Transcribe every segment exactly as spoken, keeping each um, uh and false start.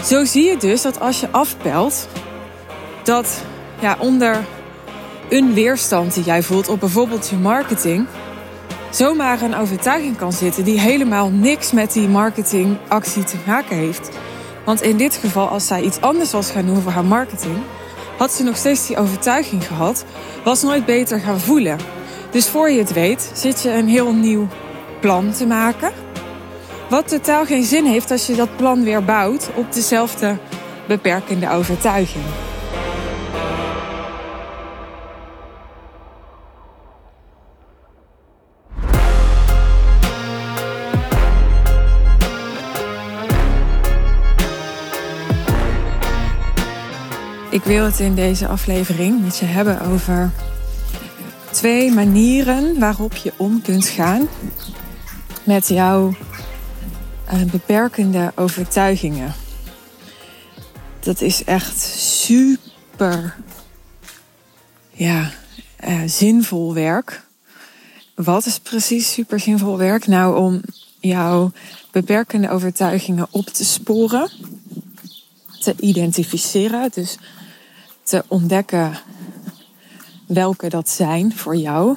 Zo zie je dus dat als je afpelt, dat ja, onder een weerstand die jij voelt op bijvoorbeeld je marketing, zomaar een overtuiging kan zitten die helemaal niks met die marketingactie te maken heeft. Want in dit geval, als zij iets anders was gaan doen voor haar marketing, had ze nog steeds die overtuiging gehad, was nooit beter gaan voelen. Dus voor je het weet, zit je een heel nieuw plan te maken, wat totaal geen zin heeft als je dat plan weer bouwt op dezelfde beperkende overtuiging. Ik wil het in deze aflevering met je hebben over twee manieren waarop je om kunt gaan met jouw uh, beperkende overtuigingen. Dat is echt super ja, uh, zinvol werk. Wat is precies super zinvol werk? Nou, om jouw beperkende overtuigingen op te sporen, te identificeren, dus te ontdekken welke dat zijn voor jou.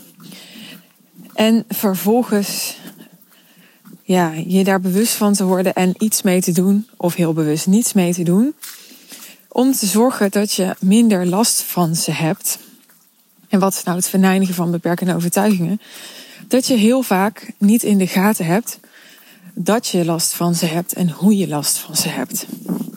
En vervolgens ja, je daar bewust van te worden en iets mee te doen, of heel bewust niets mee te doen, om te zorgen dat je minder last van ze hebt. En wat is nou het verneinigen van beperkende overtuigingen? Dat je heel vaak niet in de gaten hebt dat je last van ze hebt en hoe je last van ze hebt.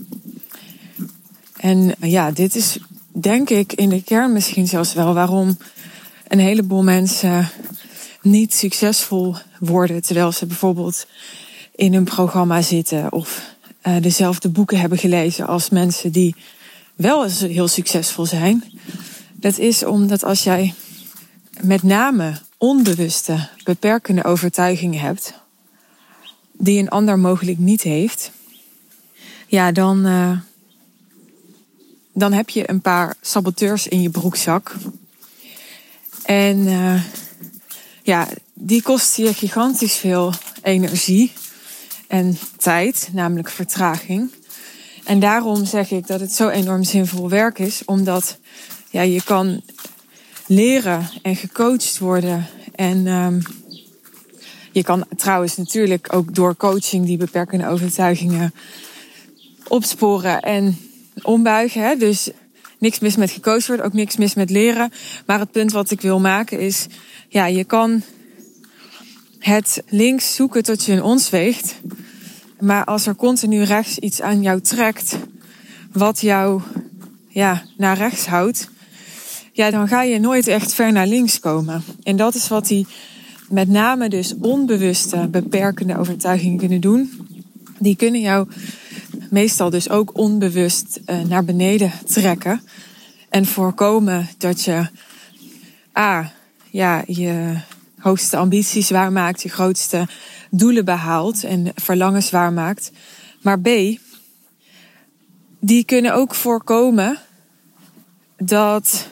En ja, dit is denk ik in de kern misschien zelfs wel waarom een heleboel mensen niet succesvol worden, terwijl ze bijvoorbeeld in een programma zitten of uh, dezelfde boeken hebben gelezen als mensen die wel eens heel succesvol zijn. Dat is omdat als jij met name onbewuste beperkende overtuigingen hebt, die een ander mogelijk niet heeft, ja, dan Uh, dan heb je een paar saboteurs in je broekzak. En uh, ja, die kosten je gigantisch veel energie en tijd, namelijk vertraging. En daarom zeg ik dat het zo enorm zinvol werk is, omdat ja, je kan leren en gecoacht worden. En um, je kan trouwens natuurlijk ook door coaching die beperkende overtuigingen opsporen en ombuigen. Hè? Dus niks mis met gecoacht worden, ook niks mis met leren. Maar het punt wat ik wil maken is, ja, je kan het links zoeken tot je een ons weegt. Maar als er continu rechts iets aan jou trekt, wat jou ja, naar rechts houdt, ja, dan ga je nooit echt ver naar links komen. En dat is wat die met name dus onbewuste beperkende overtuigingen kunnen doen. Die kunnen jou meestal dus ook onbewust uh, naar beneden trekken. En voorkomen dat je A, ja, je hoogste ambities waarmaakt, je grootste doelen behaalt en verlangens waarmaakt. Maar B, die kunnen ook voorkomen dat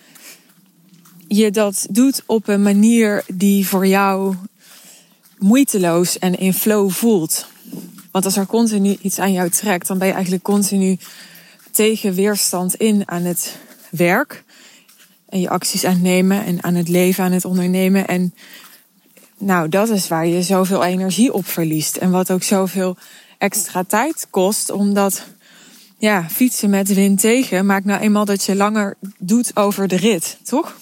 je dat doet op een manier die voor jou moeiteloos en in flow voelt. Want als er continu iets aan jou trekt, dan ben je eigenlijk continu tegen weerstand in aan het werk. En je acties aan het nemen en aan het leven, aan het ondernemen. En nou, dat is waar je zoveel energie op verliest. En wat ook zoveel extra tijd kost, omdat ja, fietsen met de wind tegen maakt nou eenmaal dat je langer doet over de rit, toch?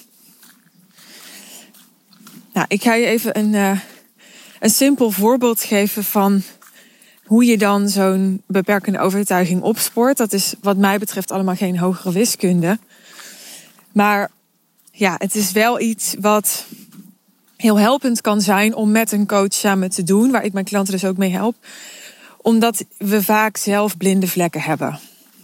Nou, ik ga je even een, uh, een simpel voorbeeld geven van hoe je dan zo'n beperkende overtuiging opspoort. Dat is wat mij betreft allemaal geen hogere wiskunde. Maar ja, het is wel iets wat heel helpend kan zijn om met een coach samen te doen, waar ik mijn klanten dus ook mee help. Omdat we vaak zelf blinde vlekken hebben.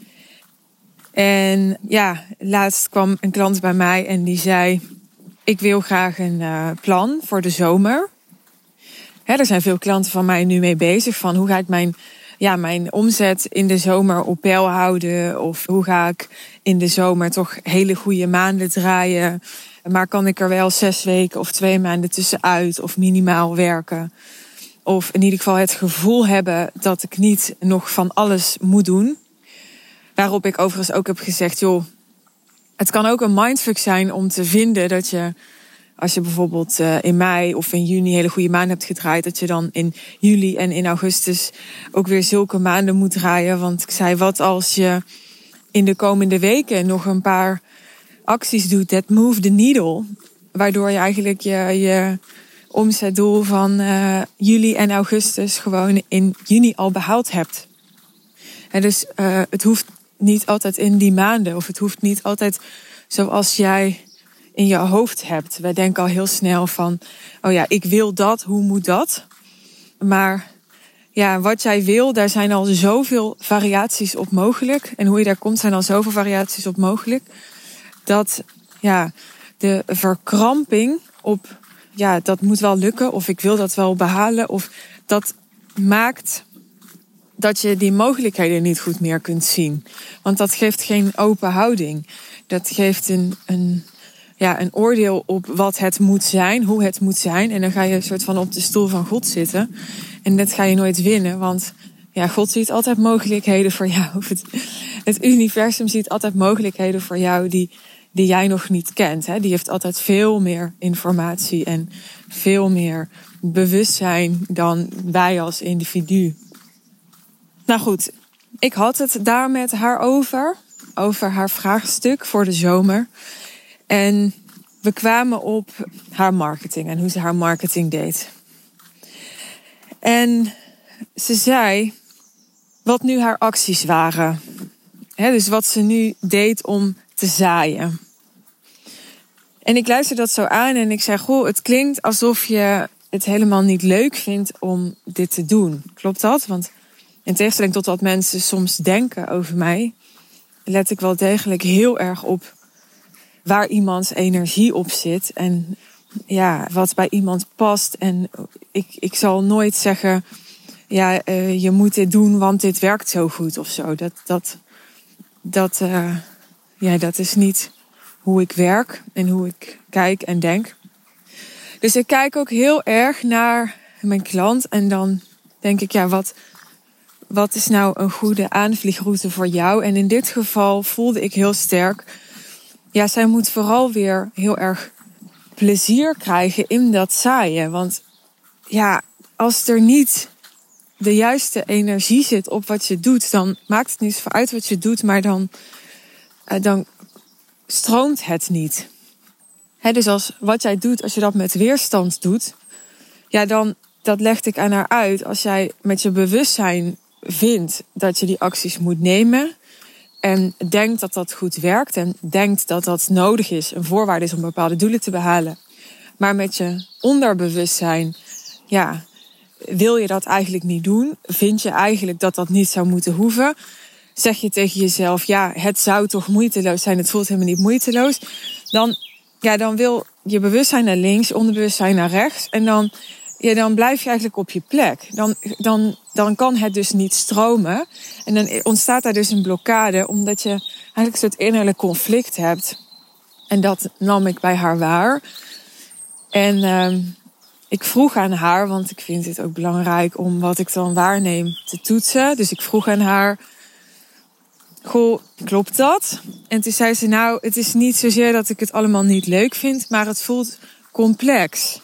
En ja, laatst kwam een klant bij mij en die zei, ik wil graag een uh, plan voor de zomer. Hè, er zijn veel klanten van mij nu mee bezig van hoe ga ik mijn, ja, mijn omzet in de zomer op peil houden. Of hoe ga ik in de zomer toch hele goede maanden draaien. Maar kan ik er wel zes weken of twee maanden tussenuit of minimaal werken. Of in ieder geval het gevoel hebben dat ik niet nog van alles moet doen. Waarop ik overigens ook heb gezegd, joh, het kan ook een mindfuck zijn om te vinden dat je, als je bijvoorbeeld in mei of in juni hele goede maanden hebt gedraaid, dat je dan in juli en in augustus ook weer zulke maanden moet draaien. Want ik zei, wat als je in de komende weken nog een paar acties doet that move the needle, waardoor je eigenlijk je, je omzetdoel van uh, juli en augustus gewoon in juni al behaald hebt. En dus uh, het hoeft niet altijd in die maanden, of het hoeft niet altijd zoals jij in je hoofd hebt. Wij denken al heel snel van, oh ja, ik wil dat, hoe moet dat? Maar ja, wat jij wil, daar zijn al zoveel variaties op mogelijk. En hoe je daar komt, zijn al zoveel variaties op mogelijk. Dat ja, de verkramping op, ja, dat moet wel lukken, of ik wil dat wel behalen, of dat maakt dat je die mogelijkheden niet goed meer kunt zien. Want dat geeft geen open houding. Dat geeft een, een, ja, een oordeel op wat het moet zijn, hoe het moet zijn. En dan ga je een soort van op de stoel van God zitten. En dat ga je nooit winnen, want ja, God ziet altijd mogelijkheden voor jou. Het, het universum ziet altijd mogelijkheden voor jou die, die jij nog niet kent. Hè? Die heeft altijd veel meer informatie en veel meer bewustzijn dan wij als individu. Nou goed, ik had het daar met haar over. Over haar vraagstuk voor de zomer. En we kwamen op haar marketing en hoe ze haar marketing deed. En ze zei wat nu haar acties waren. He, dus wat ze nu deed om te zaaien. En ik luisterde dat zo aan en ik zei, goh, het klinkt alsof je het helemaal niet leuk vindt om dit te doen. Klopt dat? Want in tegenstelling tot wat mensen soms denken over mij, let ik wel degelijk heel erg op waar iemands energie op zit. En ja, wat bij iemand past. En ik, ik zal nooit zeggen, ja, uh, je moet dit doen, want dit werkt zo goed of zo. Dat, dat, dat, uh, ja, dat is niet hoe ik werk en hoe ik kijk en denk. Dus ik kijk ook heel erg naar mijn klant. En dan denk ik, ja, wat, wat is nou een goede aanvliegroute voor jou? En in dit geval voelde ik heel sterk, ja, zij moet vooral weer heel erg plezier krijgen in dat zaaien. Want ja, als er niet de juiste energie zit op wat je doet, dan maakt het niet zo uit wat je doet, maar dan, uh, dan stroomt het niet. He, dus als wat jij doet, als je dat met weerstand doet, ja, dan, dat legde ik aan haar uit. Als jij met je bewustzijn vindt dat je die acties moet nemen en denkt dat dat goed werkt en denkt dat dat nodig is, een voorwaarde is om bepaalde doelen te behalen, maar met je onderbewustzijn, ja, wil je dat eigenlijk niet doen? Vind je eigenlijk dat dat niet zou moeten hoeven? Zeg je tegen jezelf, ja, het zou toch moeiteloos zijn, het voelt helemaal niet moeiteloos. Dan, ja, dan wil je bewustzijn naar links, onderbewustzijn naar rechts. En dan, ja, dan blijf je eigenlijk op je plek. Dan, dan, dan kan het dus niet stromen. En dan ontstaat daar dus een blokkade, omdat je eigenlijk een soort innerlijk conflict hebt. En dat nam ik bij haar waar. En uh, ik vroeg aan haar, want ik vind het ook belangrijk om wat ik dan waarneem te toetsen. Dus ik vroeg aan haar, goh, klopt dat? En toen zei ze, nou, het is niet zozeer dat ik het allemaal niet leuk vind, maar het voelt complex.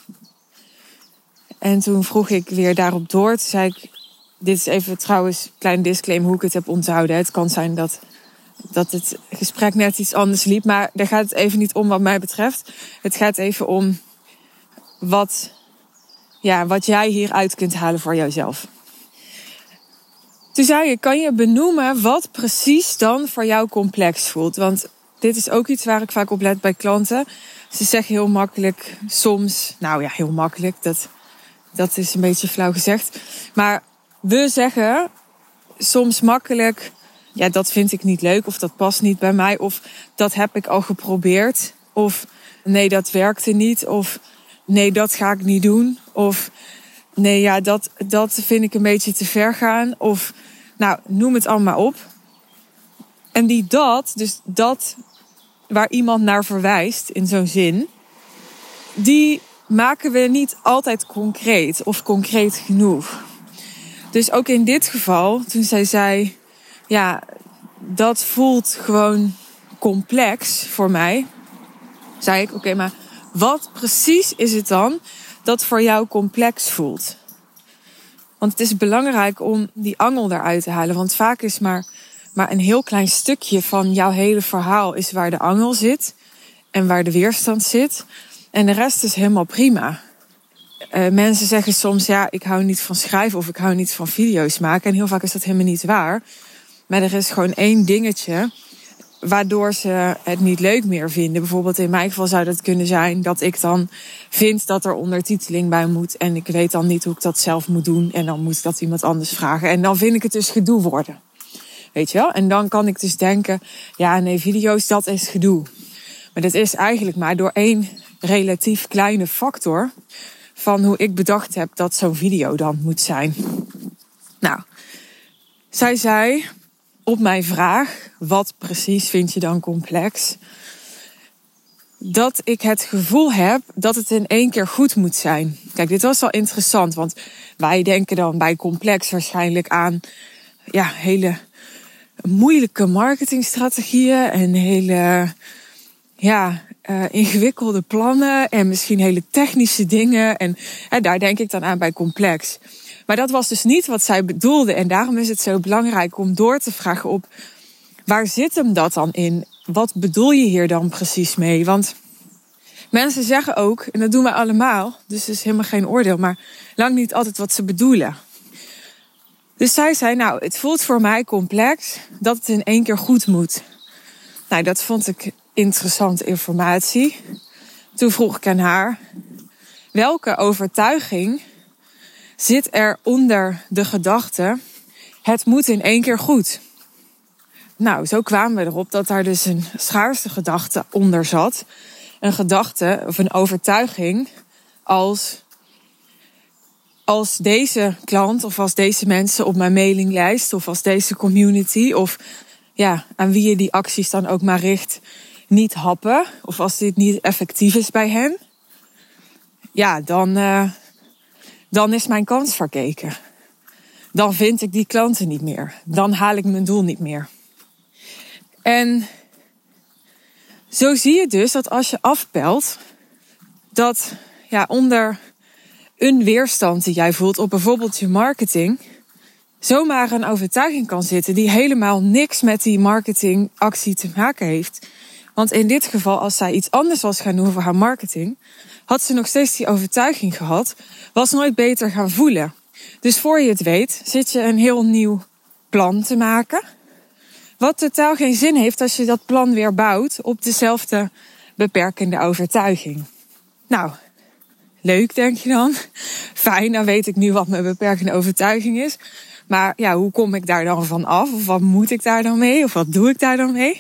En toen vroeg ik weer daarop door. Toen zei ik, dit is even trouwens een klein disclaimer hoe ik het heb onthouden. Het kan zijn dat, dat het gesprek net iets anders liep, maar daar gaat het even niet om wat mij betreft. Het gaat even om wat, ja, wat jij hieruit kunt halen voor jouzelf. Toen zei je, kan je benoemen wat precies dan voor jou complex voelt? Want dit is ook iets waar ik vaak op let bij klanten. Ze zeggen heel makkelijk soms, nou ja, heel makkelijk, dat, dat is een beetje flauw gezegd. Maar we zeggen soms makkelijk, ja, dat vind ik niet leuk of dat past niet bij mij. Of dat heb ik al geprobeerd. Of nee, dat werkte niet. Of nee, dat ga ik niet doen. Of nee, ja, dat, dat vind ik een beetje te ver gaan. Of nou, noem het allemaal op. En die dat, dus dat waar iemand naar verwijst in zo'n zin, die maken we niet altijd concreet of concreet genoeg. Dus ook in dit geval, toen zij zei, ja, dat voelt gewoon complex voor mij, zei ik, oké, okay, maar wat precies is het dan dat voor jou complex voelt? Want het is belangrijk om die angel eruit te halen. Want vaak is maar, maar een heel klein stukje van jouw hele verhaal is waar de angel zit. En waar de weerstand zit. En de rest is helemaal prima. Uh, mensen zeggen soms, ja, ik hou niet van schrijven of ik hou niet van video's maken. En heel vaak is dat helemaal niet waar. Maar er is gewoon één dingetje waardoor ze het niet leuk meer vinden. Bijvoorbeeld in mijn geval zou dat kunnen zijn dat ik dan vind dat er ondertiteling bij moet. En ik weet dan niet hoe ik dat zelf moet doen. En dan moet ik dat iemand anders vragen. En dan vind ik het dus gedoe worden. Weet je wel? En dan kan ik dus denken, ja nee, video's, dat is gedoe. Maar dat is eigenlijk maar door één relatief kleine factor van hoe ik bedacht heb dat zo'n video dan moet zijn. Nou, zij zei op mijn vraag, wat precies vind je dan complex? Dat ik het gevoel heb dat het in één keer goed moet zijn. Kijk, dit was wel interessant, want wij denken dan bij complex waarschijnlijk aan ja, hele moeilijke marketingstrategieën en hele ja, uh, ingewikkelde plannen en misschien hele technische dingen. En uh, daar denk ik dan aan bij complex. Maar dat was dus niet wat zij bedoelde. En daarom is het zo belangrijk om door te vragen op, waar zit hem dat dan in? Wat bedoel je hier dan precies mee? Want mensen zeggen ook, en dat doen we allemaal, dus het is helemaal geen oordeel, maar lang niet altijd wat ze bedoelen. Dus zij zei, nou, het voelt voor mij complex dat het in één keer goed moet. Nou, dat vond ik interessante informatie. Toen vroeg ik aan haar, welke overtuiging zit er onder de gedachte, het moet in één keer goed? Nou, zo kwamen we erop dat daar dus een schaarste gedachte onder zat. Een gedachte of een overtuiging als, als deze klant of als deze mensen op mijn mailinglijst of als deze community of ja, aan wie je die acties dan ook maar richt, niet happen of als dit niet effectief is bij hen, ja, dan, uh, dan is mijn kans verkeken. Dan vind ik die klanten niet meer. Dan haal ik mijn doel niet meer. En zo zie je dus dat als je afpelt, dat ja, onder een weerstand die jij voelt op bijvoorbeeld je marketing, zomaar een overtuiging kan zitten die helemaal niks met die marketingactie te maken heeft. Want in dit geval, als zij iets anders was gaan doen voor haar marketing, had ze nog steeds die overtuiging gehad, was nooit beter gaan voelen. Dus voor je het weet, zit je een heel nieuw plan te maken, wat totaal geen zin heeft als je dat plan weer bouwt op dezelfde beperkende overtuiging. Nou, leuk denk je dan. Fijn, dan weet ik nu wat mijn beperkende overtuiging is. Maar ja, hoe kom ik daar dan van af? Of wat moet ik daar dan mee? Of wat doe ik daar dan mee?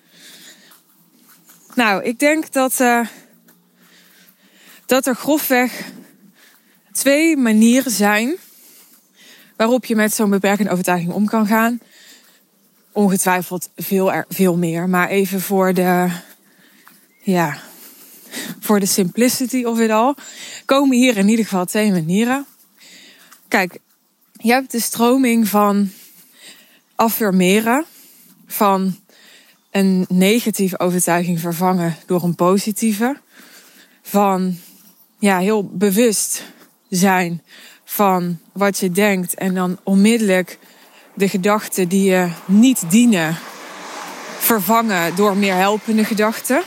Nou, ik denk dat, uh, dat er grofweg twee manieren zijn waarop je met zo'n beperkende overtuiging om kan gaan. Ongetwijfeld veel, er, veel meer. Maar even voor de, ja, voor de simplicity of it all, komen hier in ieder geval twee manieren. Kijk, je hebt de stroming van affirmeren, van een negatieve overtuiging vervangen door een positieve. Van ja, heel bewust zijn van wat je denkt en dan onmiddellijk de gedachten die je niet dienen vervangen door meer helpende gedachten.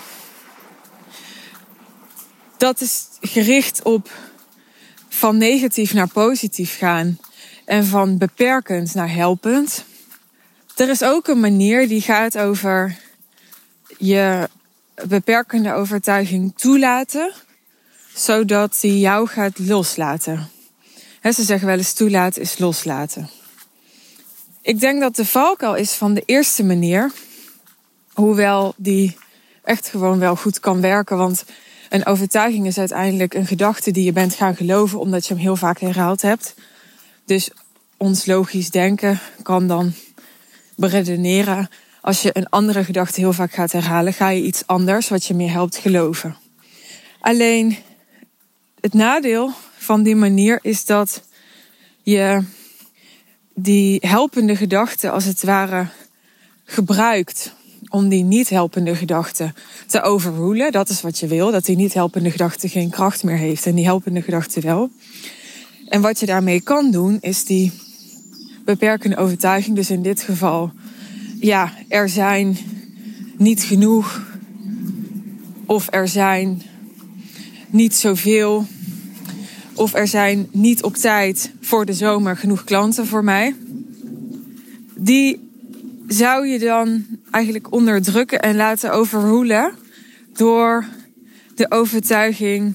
Dat is gericht op van negatief naar positief gaan en van beperkend naar helpend. Er is ook een manier die gaat over je beperkende overtuiging toelaten, zodat die jou gaat loslaten. He, ze zeggen wel eens toelaten is loslaten. Ik denk dat de valkuil is van de eerste manier, hoewel die echt gewoon wel goed kan werken, want een overtuiging is uiteindelijk een gedachte die je bent gaan geloven omdat je hem heel vaak herhaald hebt. Dus ons logisch denken kan dan beredeneren, als je een andere gedachte heel vaak gaat herhalen, ga je iets anders wat je meer helpt geloven. Alleen Het nadeel van die manier is dat je die helpende gedachten als het ware gebruikt om die niet helpende gedachte te overrulen. Dat is wat je wil, dat die niet helpende gedachte geen kracht meer heeft en die helpende gedachte wel. En wat je daarmee kan doen, is die beperkende overtuiging, dus in dit geval, ja, er zijn niet genoeg of er zijn niet zoveel of er zijn niet op tijd voor de zomer genoeg klanten voor mij. Die zou je dan eigenlijk onderdrukken en laten overrulen door de overtuiging.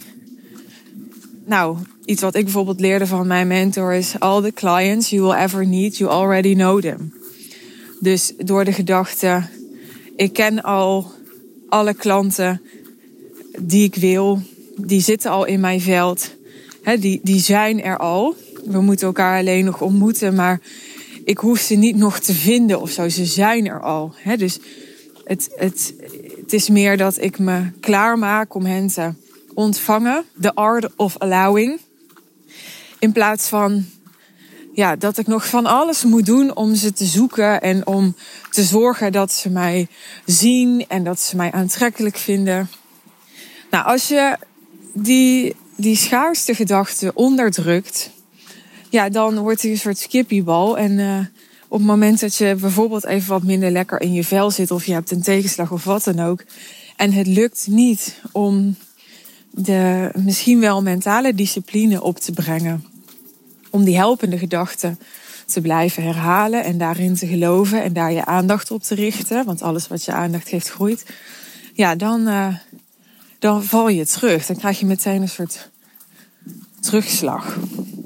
Nou, iets wat ik bijvoorbeeld leerde van mijn mentor is: all the clients you will ever need, you already know them. Dus door de gedachte, ik ken al alle klanten die ik wil, die zitten al in mijn veld. He, die, die zijn er al. We moeten elkaar alleen nog ontmoeten, maar ik hoef ze niet nog te vinden of zo. Ze zijn er al. He, dus het, het, het is meer dat ik me klaarmaak om hen te ontvangen. The art of allowing. In plaats van ja, dat ik nog van alles moet doen om ze te zoeken en om te zorgen dat ze mij zien en dat ze mij aantrekkelijk vinden. Nou, als je die, die schaarste gedachte onderdrukt, ja, dan wordt hij een soort skippiebal. En uh, op het moment dat je bijvoorbeeld even wat minder lekker in je vel zit of je hebt een tegenslag of wat dan ook, en het lukt niet om de misschien wel mentale discipline op te brengen, om die helpende gedachten te blijven herhalen en daarin te geloven en daar je aandacht op te richten, want alles wat je aandacht geeft groeit, ja, dan, uh, dan val je terug. Dan krijg je meteen een soort terugslag.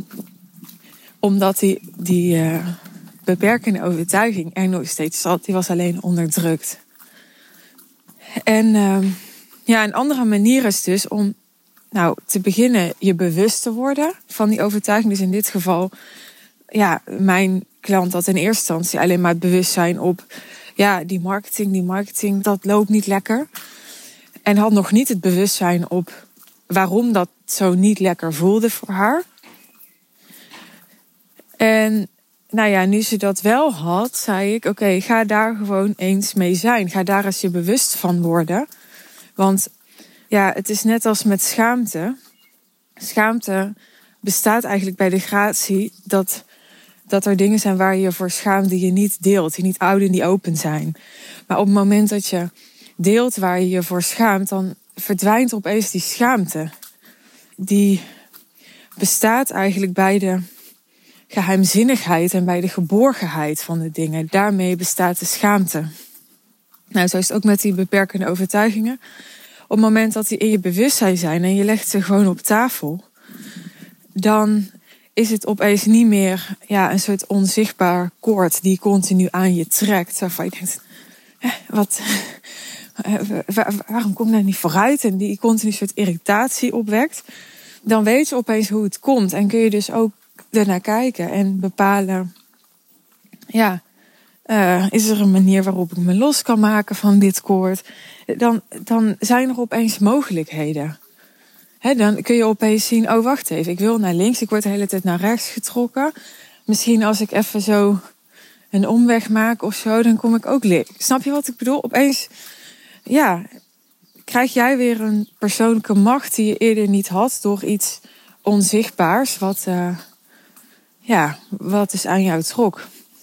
Omdat die, die uh, beperkende overtuiging er nog steeds zat, die was alleen onderdrukt. En uh, ja, een andere manier is dus om nou, te beginnen je bewust te worden van die overtuiging. Dus in dit geval, ja, mijn klant had in eerste instantie alleen maar het bewustzijn op, ja, die marketing, die marketing, dat loopt niet lekker. En had nog niet het bewustzijn op waarom dat zo niet lekker voelde voor haar. En nou ja, nu ze dat wel had, zei ik, oké, okay, ga daar gewoon eens mee zijn. Ga daar eens je bewust van worden. Want ja, het is net als met schaamte. Schaamte bestaat eigenlijk bij de gratie dat, dat er dingen zijn waar je je voor schaamt die je niet deelt. Die niet oud en die open zijn. Maar op het moment dat je deelt waar je je voor schaamt, dan verdwijnt opeens die schaamte. Die bestaat eigenlijk bij de geheimzinnigheid en bij de geborgenheid van de dingen. Daarmee bestaat de schaamte. Nou, zo is het ook met die beperkende overtuigingen. Op het moment dat die in je bewustzijn zijn en je legt ze gewoon op tafel, dan is het opeens niet meer ja, een soort onzichtbaar koord die continu aan je trekt. Waarvan je denkt, wat, waarom kom ik nou niet vooruit? En die continu een soort irritatie opwekt. Dan weet je opeens hoe het komt. En kun je dus ook ernaar kijken en bepalen, ja, uh, is er een manier waarop ik me los kan maken van dit koord? Dan, dan zijn er opeens mogelijkheden. He, dan kun je opeens zien, oh wacht even, ik wil naar links, ik word de hele tijd naar rechts getrokken. Misschien als ik even zo een omweg maak of zo, dan kom ik ook links. Snap je wat ik bedoel? Opeens, ja, krijg jij weer een persoonlijke macht die je eerder niet had door iets onzichtbaars, wat, uh, ja, wat dus aan jou trok.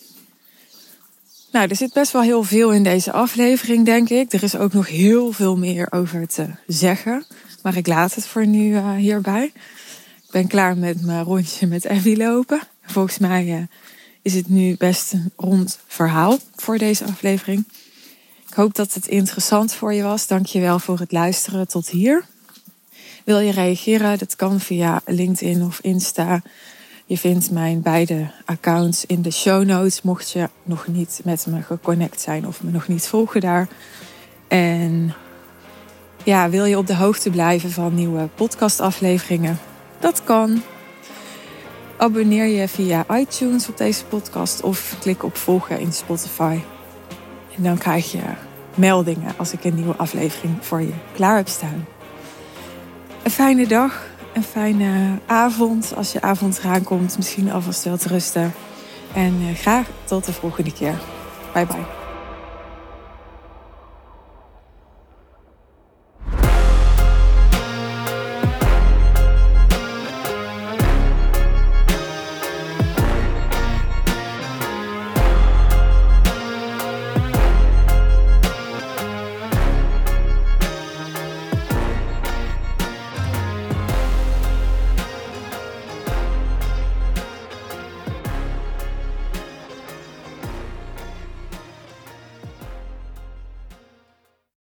Nou, er zit best wel heel veel in deze aflevering, denk ik. Er is ook nog heel veel meer over te zeggen. Maar ik laat het voor nu uh, hierbij. Ik ben klaar met mijn rondje met Effie lopen. Volgens mij uh, is het nu best een rond verhaal voor deze aflevering. Ik hoop dat het interessant voor je was. Dank je wel voor het luisteren tot hier. Wil je reageren? Dat kan via LinkedIn of Insta. Je vindt mijn beide accounts in de show notes, mocht je nog niet met me geconnect zijn of me nog niet volgen daar. En ja, wil je op de hoogte blijven van nieuwe podcastafleveringen? Dat kan. Abonneer je via iTunes op deze podcast of klik op volgen in Spotify. En dan krijg je meldingen als ik een nieuwe aflevering voor je klaar heb staan. Een fijne dag een fijne avond. Als je avond eraan komt, misschien alvast wel te rusten. En uh, graag tot de volgende keer. Bye bye.